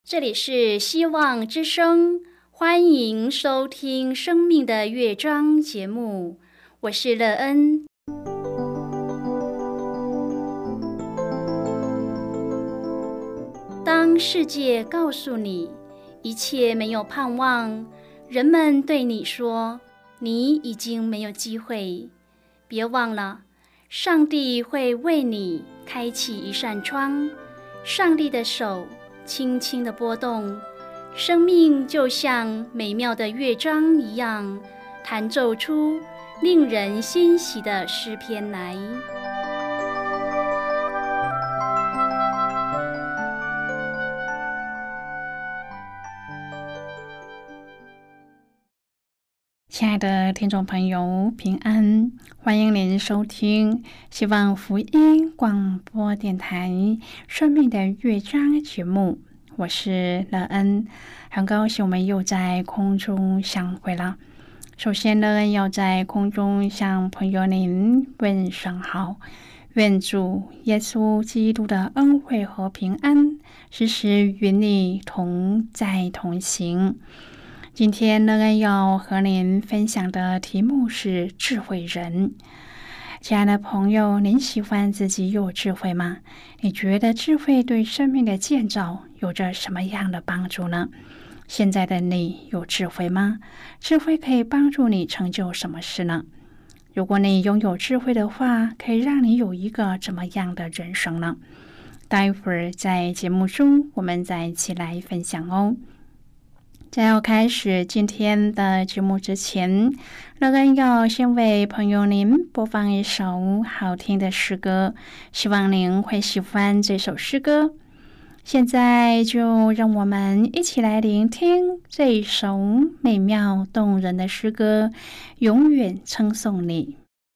这里是希望之声，欢迎收听生命的乐章节目，我是乐恩。当世界告诉你一切没有盼望，人们对你说你已经没有机会，别忘了，上帝会为你开启一扇窗，上帝的手轻轻地拨动，生命就像美妙的乐章一样，弹奏出令人欣喜的诗篇来。 亲爱的听众朋友，平安！欢迎您收听希望福音广播电台生命的乐章节目，我是乐恩，很高兴我们又在空中相会了。首先，乐恩要在空中向朋友您问声好，愿主耶稣基督的恩惠和平安时时与你同在同行。今天乐恩要和您分享的题目是智慧人。亲爱的朋友，您喜欢自己有智慧吗？你觉得智慧对生命的建造有着什么样的帮助呢？现在的你有智慧吗？智慧可以帮助你成就什么事呢？如果你拥有智慧的话，可以让你有一个怎么样的人生呢？待会儿在节目中我们再一起来分享哦。在要开始今天的节目之前，乐恩要先为朋友您播放一首好听的诗歌，希望您会喜欢这首诗歌。现在就让我们一起来聆听这一首美妙动人的诗歌，永远称颂你。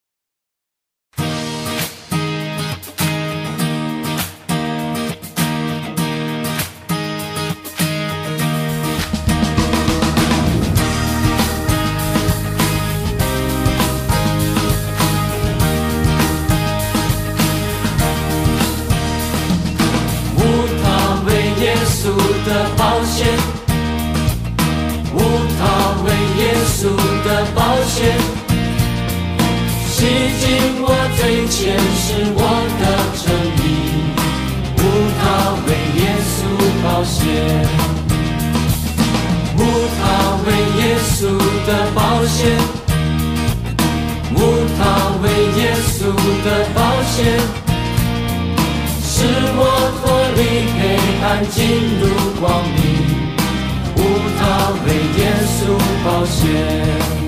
耶稣的宝血，无他为耶稣的宝血，洗净我罪愆，是我的正义。无他为耶稣宝血，无他为耶稣的宝血，无他为耶稣的宝血，使我脱离黑暗，进入光明。无他为耶稣宝血，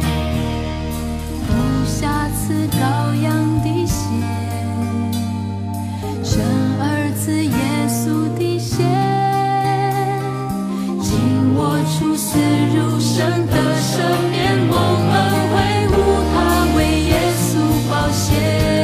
无瑕疵羔羊的血，生儿子耶稣的血，经我出死入生的赦免，蒙恩惠。无他为耶稣宝血，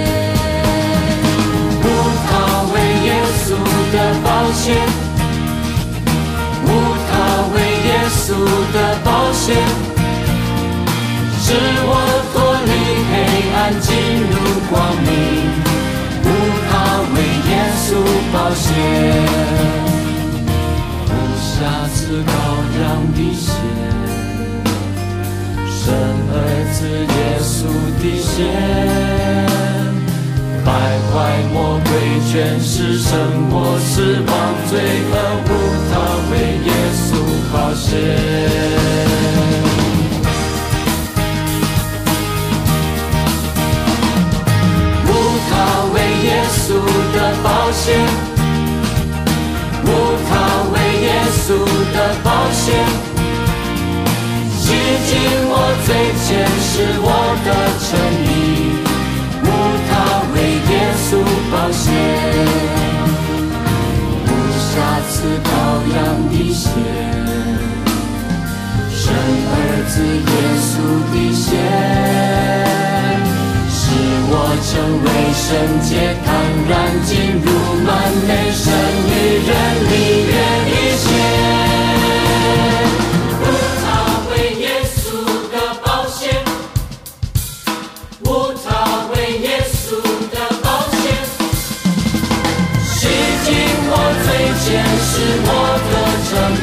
的宝血，无他为耶稣的宝血，使我脱离黑暗，进入光明。无他为耶稣宝血，无瑕疵羔羊的血，生儿子耶稣的血，败坏魔鬼权势，胜我死亡罪恶。无他为耶稣宝血，无他为耶稣的宝血，无他为耶稣的宝血，洗净我罪愆，是我的正义。无他为耶稣宝血，无瑕疵羔羊的血，生儿子耶稣的血，使我成为圣洁，坦然进入满美神与人里约的血。无他为耶稣的宝血，无他为耶稣的宝血，洗净我罪愆，是我的正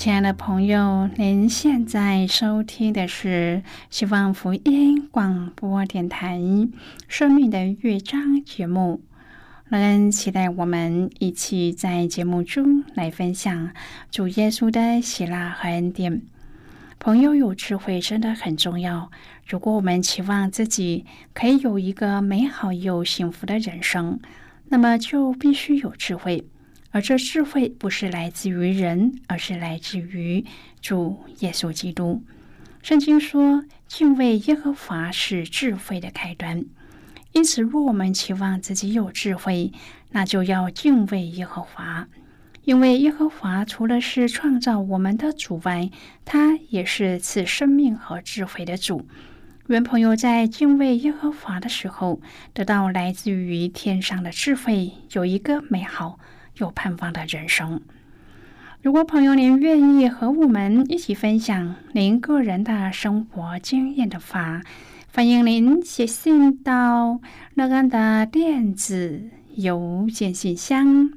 亲爱的朋友，您现在收听的是希望福音广播电台生命的乐章节目。乐恩期待我们一起在节目中来分享主耶稣的喜乐和恩典。朋友，有智慧真的很重要。如果我们期望自己可以有一个美好又幸福的人生，那么就必须有智慧。而这智慧不是来自于人，而是来自于主耶稣基督。圣经说，敬畏耶和华是智慧的开端。因此，若我们期望自己有智慧，那就要敬畏耶和华。因为耶和华除了是创造我们的主外，他也是赐生命和智慧的主。愿朋友在敬畏耶和华的时候，得到来自于天上的智慧，有一个美好有盼望的人生。如果朋友您愿意和我们一起分享您个人的生活经验的话，欢迎您写信到乐恩的电子邮件信箱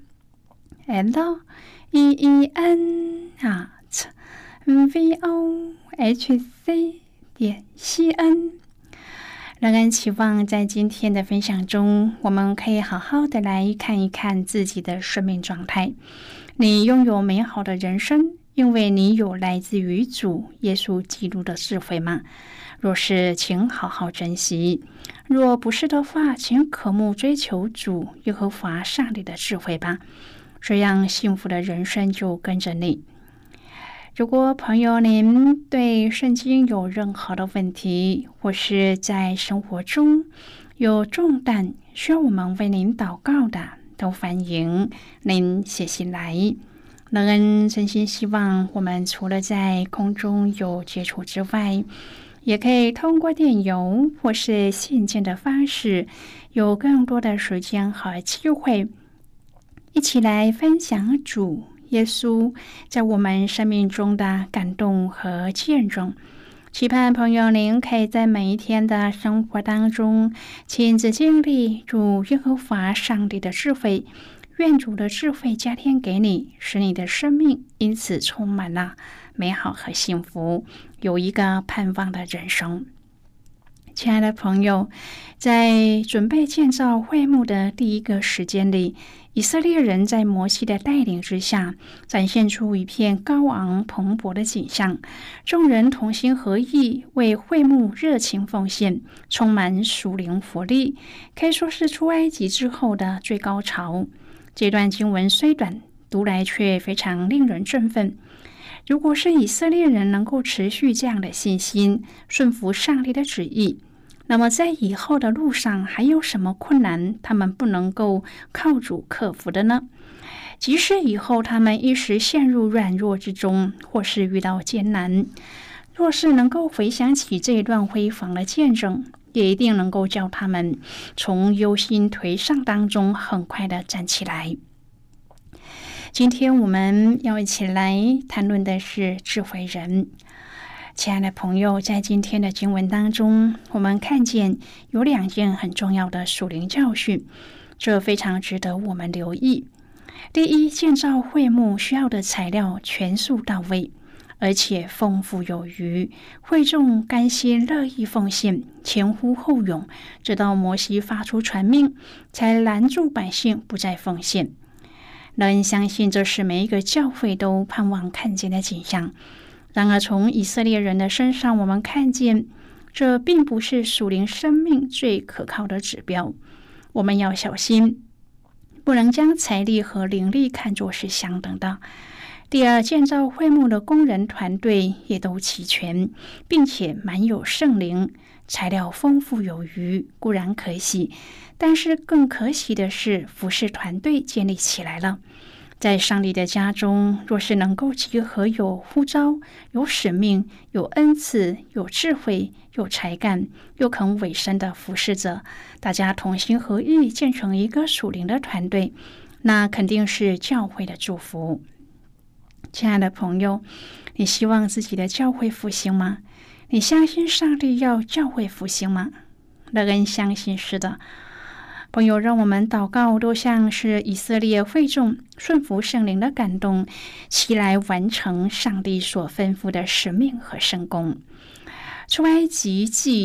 leen@vohc.cn。乐恩期望在今天的分享中，我们可以好好的来看一看自己的生命状态。你拥有美好的人生，因为你有来自于主耶稣基督的智慧吗？若是，请好好珍惜；若不是的话，请渴慕追求主耶和华上帝的智慧吧。这样幸福的人生就跟着你。如果朋友您对圣经有任何的问题，或是在生活中有重担需要我们为您祷告的，都欢迎您写信来。乐恩真心希望我们除了在空中有接触之外，也可以通过电邮或是信件的方式，有更多的时间和机会，一起来分享主耶稣在我们生命中的感动和见证。期盼朋友您可以在每一天的生活当中亲自经历主耶和华上帝的智慧，愿主的智慧加添给你，使你的生命因此充满了美好和幸福，有一个盼望的人生。亲爱的朋友，在准备建造会幕的第一个时间里，以色列人在摩西的带领之下，展现出一片高昂蓬勃的景象。众人同心合意，为会幕热情奉献，充满属灵活力，可以说是出埃及之后的最高潮。这段经文虽短，读来却非常令人振奋。如果是以色列人能够持续这样的信心，顺服上帝的旨意，那么在以后的路上还有什么困难他们不能够靠主克服的呢？即使以后他们一时陷入软弱之中，或是遇到艰难，若是能够回想起这一段辉煌的见证，也一定能够叫他们从忧心颓丧当中很快的站起来。今天我们要一起来谈论的是智慧人。亲爱的朋友，在今天的经文当中，我们看见有2件很重要的属灵教训，这非常值得我们留意。第一，建造会幕需要的材料全数到位，而且丰富有余，会众甘心乐意奉献，前呼后拥，直到摩西发出传命，才拦住百姓不再奉献。乐恩相信这是每一个教会都盼望看见的景象。然而从以色列人的身上，我们看见这并不是属灵生命最可靠的指标。我们要小心，不能将财力和灵力看作是相等的。第二，建造会幕的工人团队也都齐全，并且满有圣灵，材料丰富有余，固然可喜，但是更可喜的是服事团队建立起来了。在上帝的家中，若是能够集合有呼召、有使命、有恩赐、有智慧、有才干、又肯委身的服事者，大家同心合意建成一个属灵的团队，那肯定是教会的祝福。亲爱的朋友，你希望自己的教会复兴吗？你相信上帝要教会复兴吗？乐恩相信是的。 朋友，让我们祷告，都像是以色列会众顺服圣灵的感动，起来完成上帝所吩咐的使命和圣工。出埃及记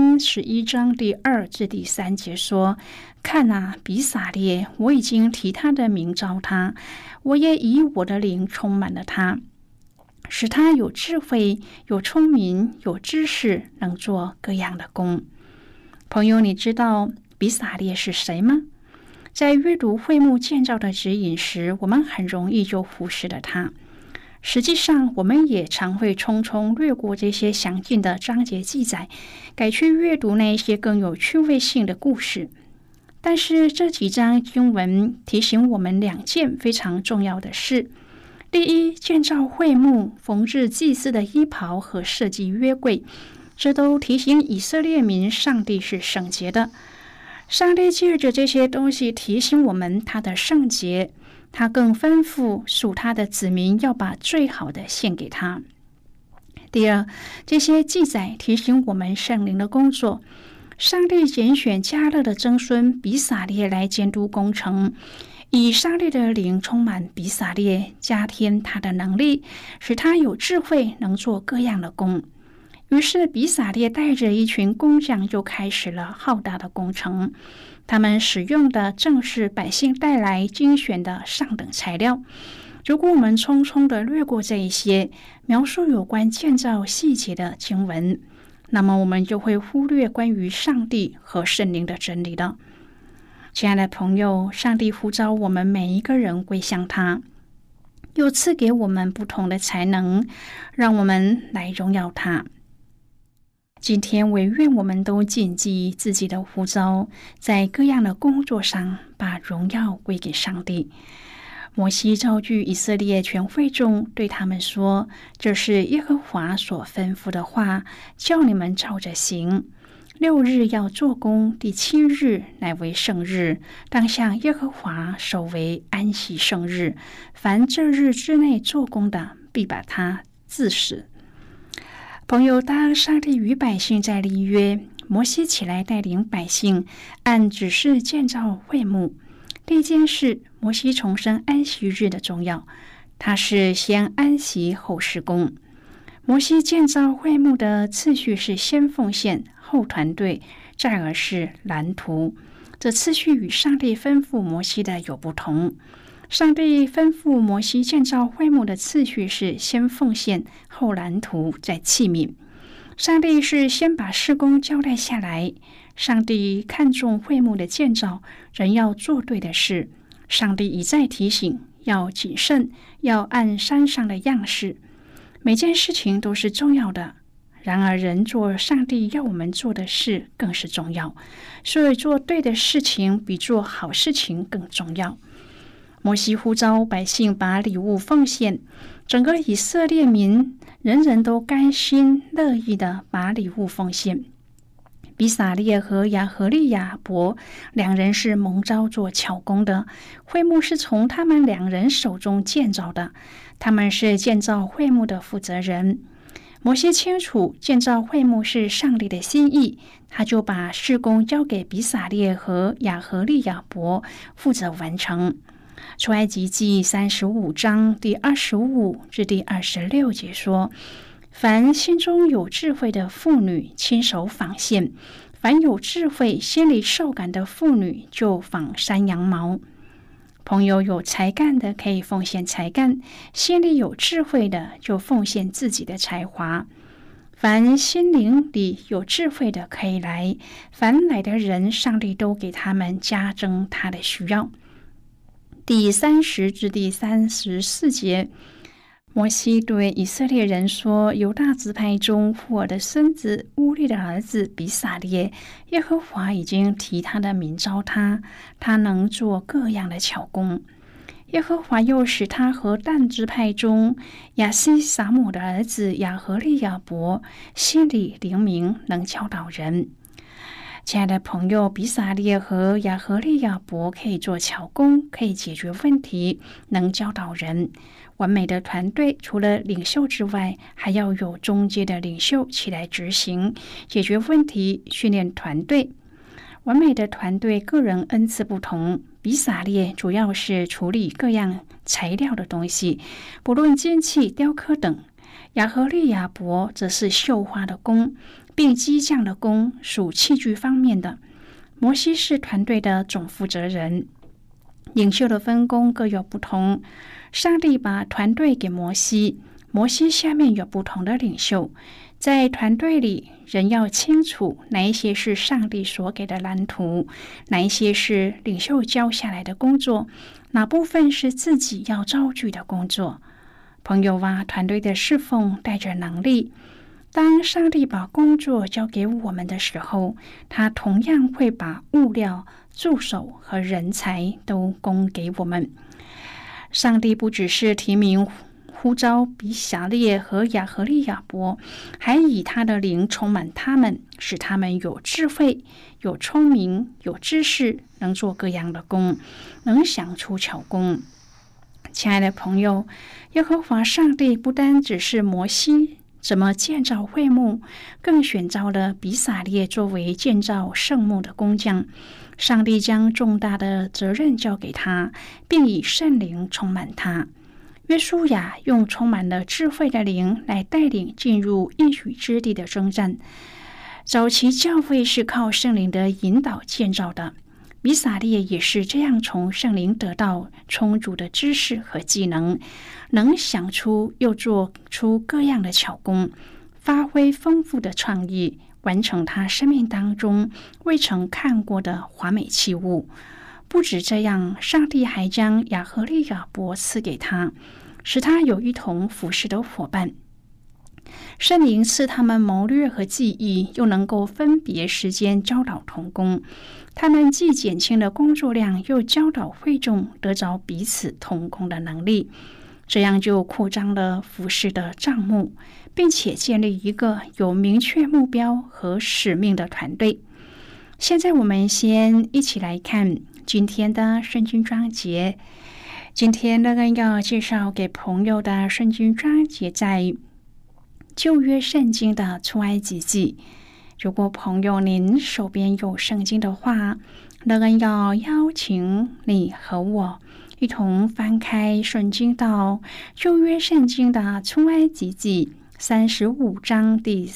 31章第2至第3节说：看啊，比撒列，我已经提他的名召他，我也以我的灵充满了他，使他有智慧、有聪明、有知识，能做各样的工。朋友，你知道比撒列是谁吗？在阅读会幕建造的指引时，我们很容易就忽视了他。实际上，我们也常会匆匆略过这些详尽的章节记载，改去阅读那些更有趣味性的故事。但是这几章经文提醒我们2件非常重要的事。第一，建造会幕、缝制祭司的衣袍和设计约柜，这都提醒以色列民上帝是圣洁的。上帝借着这些东西提醒我们他的圣洁，他更吩咐属他的子民要把最好的献给他。第二，这些记载提醒我们圣灵的工作。上帝拣选迦勒的曾孙比撒列来监督工程，以上帝的灵充满比撒列，加添他的能力，使他有智慧，能做各样的工。于是比撒列带着一群工匠就开始了浩大的工程。他们使用的正是百姓带来精选的上等材料。如果我们匆匆地略过这一些描述有关建造细节的经文，那么我们就会忽略关于上帝和圣灵的真理了。亲爱的朋友，上帝呼召我们每一个人归向他，又赐给我们不同的才能，让我们来荣耀他。今天唯愿我们都谨记自己的呼召，在各样的工作上把荣耀归给上帝。摩西召集以色列全会众，对他们说：这是耶和华所吩咐的话，叫你们照着行。6日要做工，第7日乃为圣日，当向耶和华守为安息圣日。凡这日之内做工的，必把他治死。朋友，当上帝与百姓在立约，摩西起来带领百姓按指示建造会幕。第一件事，摩西重申安息日的重要，他是先安息后施工。摩西建造会幕的次序是先奉献，后团队，再而是蓝图。这次序与上帝吩咐摩西的有不同。上帝吩咐摩西建造会幕的次序是先奉献，后蓝图，再器皿。上帝是先把事工交代下来。上帝看重会幕的建造，人要做对的事。上帝一再提醒，要谨慎，要按山上的样式。每件事情都是重要的，然而人做上帝要我们做的事更是重要。所以做对的事情比做好事情更重要。摩西呼召百姓把礼物奉献，整个以色列民人人都甘心乐意地把礼物奉献。比撒列和亚何利亚伯2人是蒙召做巧工的，会幕是从他们2人手中建造的，他们是建造会幕的负责人。摩西清楚建造会幕是上帝的心意，他就把事工交给比撒列和亚何利亚伯负责完成。出埃及记35章第25至第26节说：凡心中有智慧的妇女亲手纺线，凡有智慧心里受感的妇女就纺山羊毛。朋友，有才干的可以奉献才干，心里有智慧的就奉献自己的才华。凡心灵里有智慧的可以来，凡来的人上帝都给他们加增他的需要。第30至第34节，摩西对以色列人说：犹大支派中户尔的孙子乌利的儿子比撒列，耶和华已经提他的名召他，他能做各样的巧工。耶和华又使他和但支派中亚西撒母的儿子亚何利亚伯心里灵明，能教导人。亲爱的朋友，比撒列和亚何利亚伯可以做巧工，可以解决问题，能教导人。完美的团队除了领袖之外，还要有中阶的领袖起来执行，解决问题，训练团队。 完美的团队个人恩赐不同，比撒列主要是处理各样材料的东西，不论金器、雕刻等；亚和利亚伯则是绣花的工，并机匠的工，属器具方面的。摩西是团队的总负责人。领袖的分工各有不同，上帝把团队给摩西，摩西下面有不同的领袖。在团队里，人要清楚哪一些是上帝所给的蓝图，哪一些是领袖交下来的工作，哪部分是自己要招聚的工作。朋友啊，团队的侍奉带着能力。当上帝把工作交给我们的时候，他同样会把物料、助手和人才都供给我们。上帝不只是提名呼召比撒列和亚和利亚伯，还以他的灵充满他们，使他们有智慧、有聪明、有知识，能做各样的工，能想出巧工。亲爱的朋友，耶和华上帝不单只是摩西怎么建造会幕，更选召了比撒列作为建造圣幕的工匠。上帝将重大的责任交给他，并以圣灵充满他。约书亚用充满了智慧的灵来带领进入应许之地的征战。早期教会是靠圣灵的引导建造的，比撒列也是这样从圣灵得到充足的知识和技能，能想出又做出各样的巧工，发挥丰富的创意，完成他生命当中未曾看过的华美器物。不止这样，上帝还将亚和利亚伯赐给他，使他有一同服侍的伙伴。圣灵赐他们谋略和技艺，又能够分别时间教导同工。他们既减轻了工作量，又教导会众得着彼此同工的能力，这样就扩张了服事的帐幕，并且建立一个有明确目标和使命的团队。现在我们先一起来看今天的圣经章节。今天乐恩要介绍给朋友的圣经章节在旧约圣经的出埃及记。如果朋友您手边有圣经的话，乐恩要邀请你和我一同翻开圣经到旧约圣经的出埃及记35章第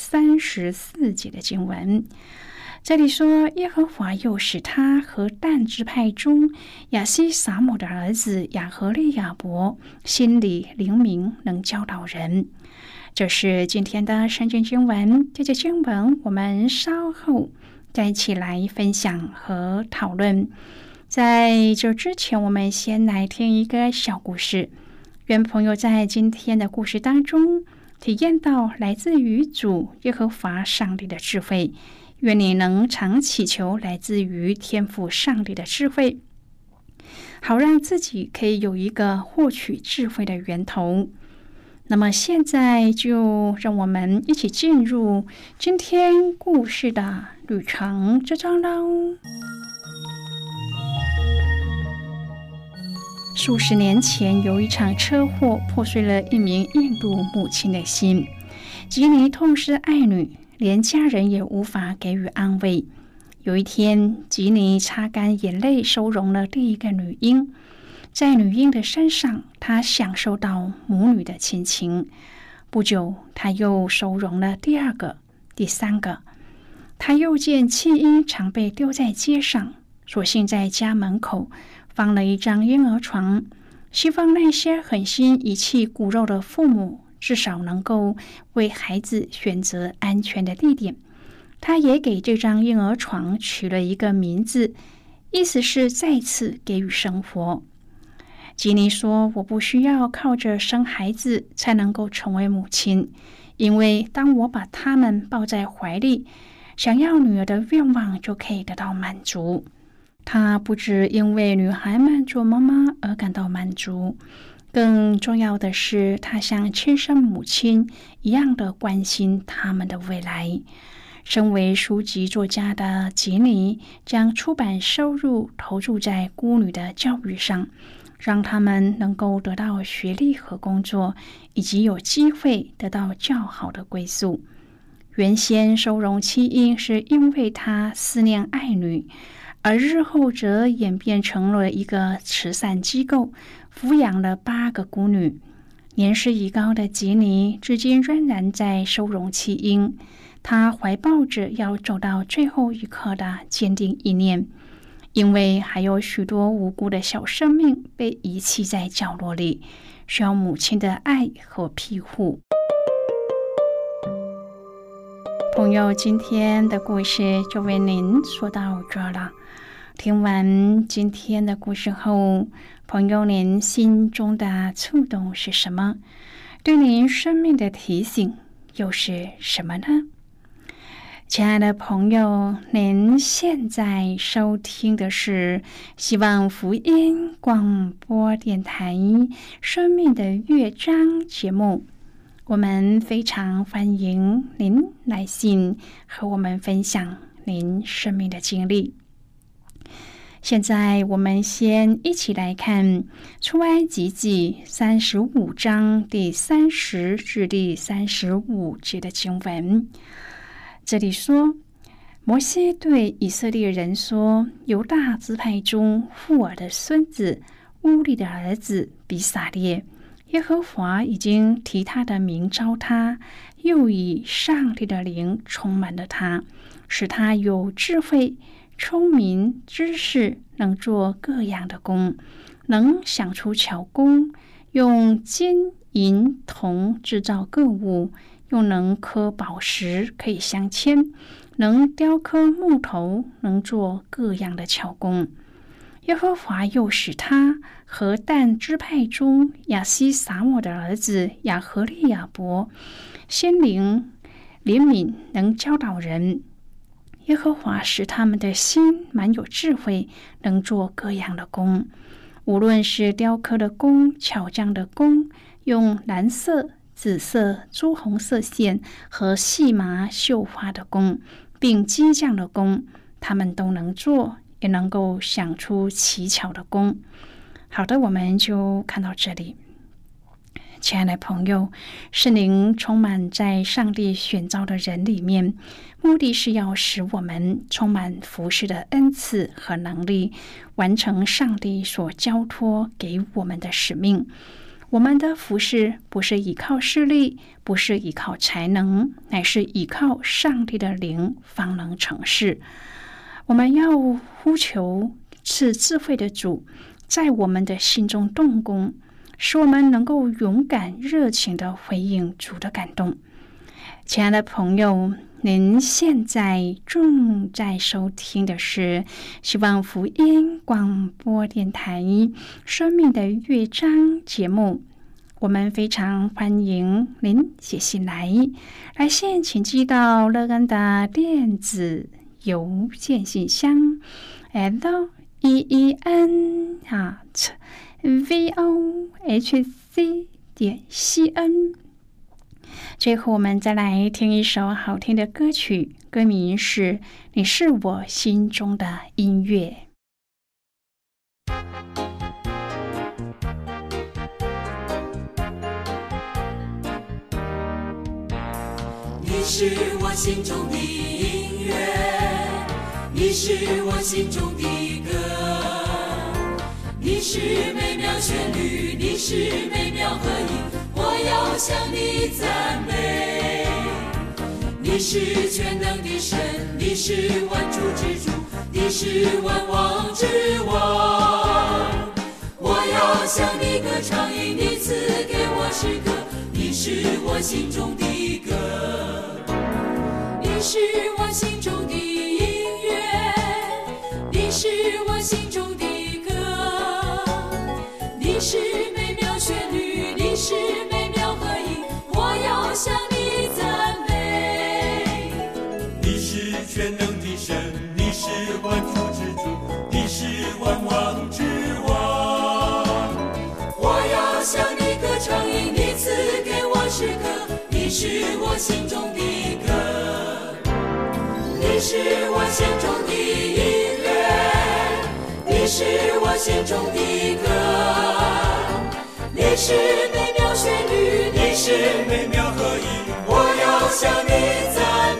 34节的经文。这里说，耶和华又使他和但支派中亚西撒母的儿子亚和利亚伯心里灵明，能教导人。这是今天的圣经经文，这些经文我们稍后再一起来分享和讨论。在这之前，我们先来听一个小故事，愿朋友在今天的故事当中体验到来自于主耶和华上帝的智慧。愿你能常祈求来自于天父上帝的智慧，好让自己可以有一个获取智慧的源头。那么现在就让我们一起进入今天故事的旅程之中喽。数十年前，有一场车祸破碎了一名印度母亲的心。吉尼痛失爱女，连家人也无法给予安慰。有一天，吉尼擦干眼泪，收容了第一个女婴。在女婴的身上，他享受到母女的亲情。不久，他又收容了第二个、第三个。他又见弃婴常被丢在街上，索性在家门口放了一张婴儿床，希望那些狠心遗弃骨肉的父母至少能够为孩子选择安全的地点。他也给这张婴儿床取了一个名字，意思是再次给予生活。吉尼说，我不需要靠着生孩子才能够成为母亲，因为当我把他们抱在怀里，想要女儿的愿望就可以得到满足。他不只因为女孩们做妈妈而感到满足，更重要的是，他像亲生母亲一样的关心他们的未来。身为书籍作家的吉尼，将出版收入投注在孤女的教育上，让他们能够得到学历和工作，以及有机会得到较好的归宿。 原先收容弃婴是因为他思念爱女，而日后则演变成了一个慈善机构，抚养了8个孤女。年事已高的吉尼至今仍然在收容弃婴，他怀抱着要走到最后一刻的坚定意念，因为还有许多无辜的小生命被遗弃在角落里，需要母亲的爱和庇护。朋友，今天的故事就为您说到这了。听完今天的故事后，朋友您心中的触动是什么？对您生命的提醒又是什么呢？亲爱的朋友，您现在收听的是希望福音广播电台生命的乐章节目。我们非常欢迎您来信和我们分享您生命的经历。现在我们先一起来看出埃及记35章第30至第35节的经文。这里说，摩西对以色列人说，犹大支派中户尔的孙子乌利的儿子比撒列，耶和华已经提他的名召他，又以上帝的灵充满了他，使他有智慧、聪明、知识，能做各样的工，能想出巧工，用金银铜制造各物，又能刻宝石可以镶嵌，能雕刻木头，能做各样的巧工。耶和华又使他和但支派中亚西撒抹的儿子亚何利亚伯心灵怜悯，能教导人。耶和华使他们的心满有智慧，能做各样的工，无论是雕刻的工、巧匠的工，用蓝色、紫色、朱红色线和细麻绣花的工，并机匠的工，他们都能做，也能够想出奇巧的工。好的，我们就看到这里。亲爱的朋友，圣灵充满在上帝选召的人里面，目的是要使我们充满服事的恩赐和能力，完成上帝所交托给我们的使命。我们的服事不是依靠势力，不是依靠才能，乃是依靠上帝的灵方能成事。我们要呼求赐智慧的主在我们的心中动工，使我们能够勇敢热情地回应主的感动。亲爱的朋友，您现在正在收听的是希望福音广播电台生命的乐章节目。我们非常欢迎您写信来信请寄到乐恩的电子邮件信箱 len@vohc.cn。 最后我们再来听一首好听的歌曲，歌名是《你是我心中的音乐》。 你是我心中的音乐，你是我心中的歌，你是美妙旋律，你是美妙和音，我要向你赞美。你是全能的神，你是万主之主，你是万王之王，我要向你歌唱，因你赐给我诗歌，你是我心中的歌。你是我心中的音乐，你是我心中的歌，你是美妙旋律，你是美妙和音，我要向你赞美。 你是全能的神，你是万主之主，你是万王之王， 我要向你歌唱，因你赐给我诗歌，你是我心中的歌。你是我心中的音乐，你是我心中的歌，你是美妙旋律，你是美妙和音，我要向你赞美。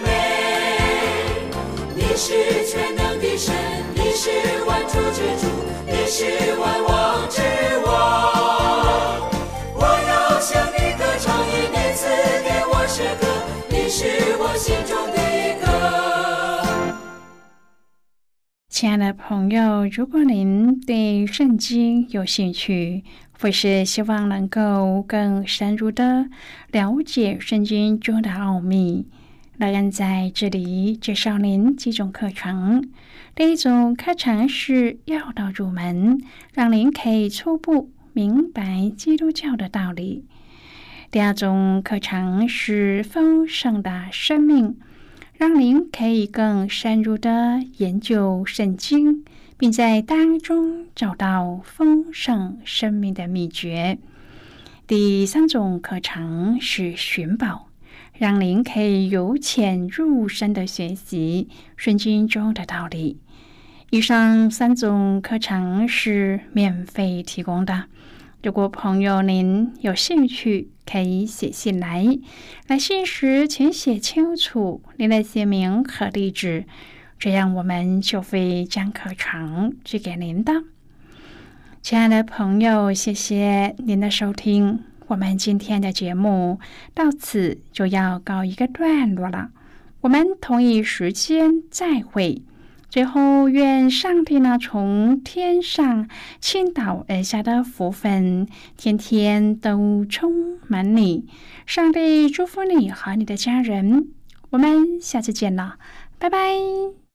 全能的神，你是万主之主，你是万王之王。我要向你歌唱，因你赐给我诗歌，你是我心中的歌。 亲爱的朋友，如果您对圣经有兴趣，或是希望能够更深入的了解圣经中的奥秘，乐恩在这里介绍您几种课程。第一种课程是要道入门，让您可以初步明白基督教的道理。第二种课程是丰盛的生命，让您可以更深入的研究圣经，并在当中找到丰盛生命的秘诀。第三种课程是寻宝，让您可以由浅入深的学习圣经中的道理。以上三种课程是免费提供的，如果朋友您有兴趣，可以写信来信时请写清楚您的姓名和地址，这样我们就会将课程寄给您的。亲爱的朋友，谢谢您的收听，我们今天的节目到此就要告一个段落了，我们同一时间再会。最后，愿上帝呢从天上倾倒而下的福分，天天都充满你。上帝祝福你和你的家人，我们下次见了，拜拜。